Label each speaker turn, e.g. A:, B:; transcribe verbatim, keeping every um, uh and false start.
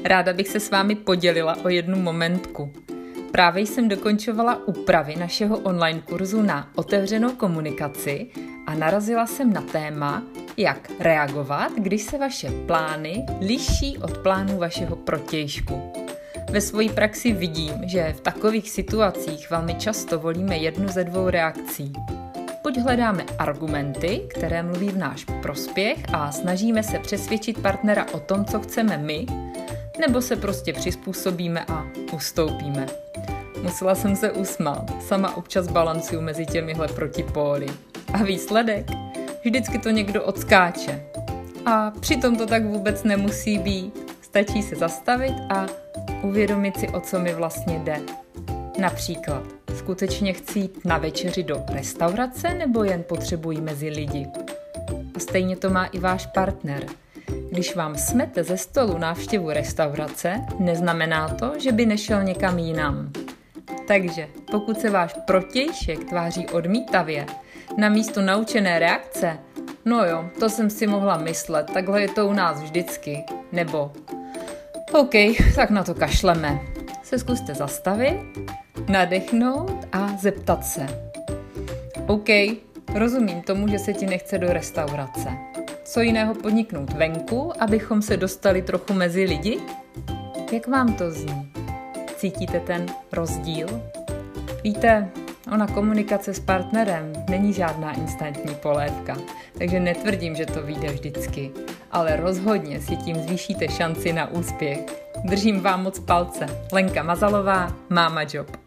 A: Ráda bych se s vámi podělila o jednu momentku. Právě jsem dokončovala úpravy našeho online kurzu na otevřenou komunikaci a narazila jsem na téma, jak reagovat, když se vaše plány liší od plánů vašeho protějšku. Ve své praxi vidím, že v takových situacích velmi často volíme jednu ze dvou reakcí. Buď hledáme argumenty, které mluví v náš prospěch a snažíme se přesvědčit partnera o tom, co chceme my, nebo se prostě přizpůsobíme a ustoupíme. Musela jsem se usmát, sama občas balancuju mezi těmihle protipóly. A výsledek? Vždycky to někdo odskáče. A přitom to tak vůbec nemusí být. Stačí se zastavit a uvědomit si, o co mi vlastně jde. Například, skutečně chci jít na večeři do restaurace nebo jen potřebuji mezi lidi? A stejně to má i váš partner. Když vám smete ze stolu návštěvu restaurace, neznamená to, že by nešel někam jinam. Takže pokud se váš protějšek tváří odmítavě, na místo naučené reakce, no jo, to jsem si mohla myslet, takhle je to u nás vždycky, nebo OK, tak na to kašleme. Se zkuste zastavit, nadechnout a zeptat se. OK, rozumím tomu, že se ti nechce do restaurace. Co jiného podniknout venku, abychom se dostali trochu mezi lidi? Jak vám to zní? Cítíte ten rozdíl? Víte, ona komunikace s partnerem není žádná instantní polévka, takže netvrdím, že to vyjde vždycky, ale rozhodně si tím zvýšíte šanci na úspěch. Držím vám moc palce. Lenka Mazalová, Máma Job.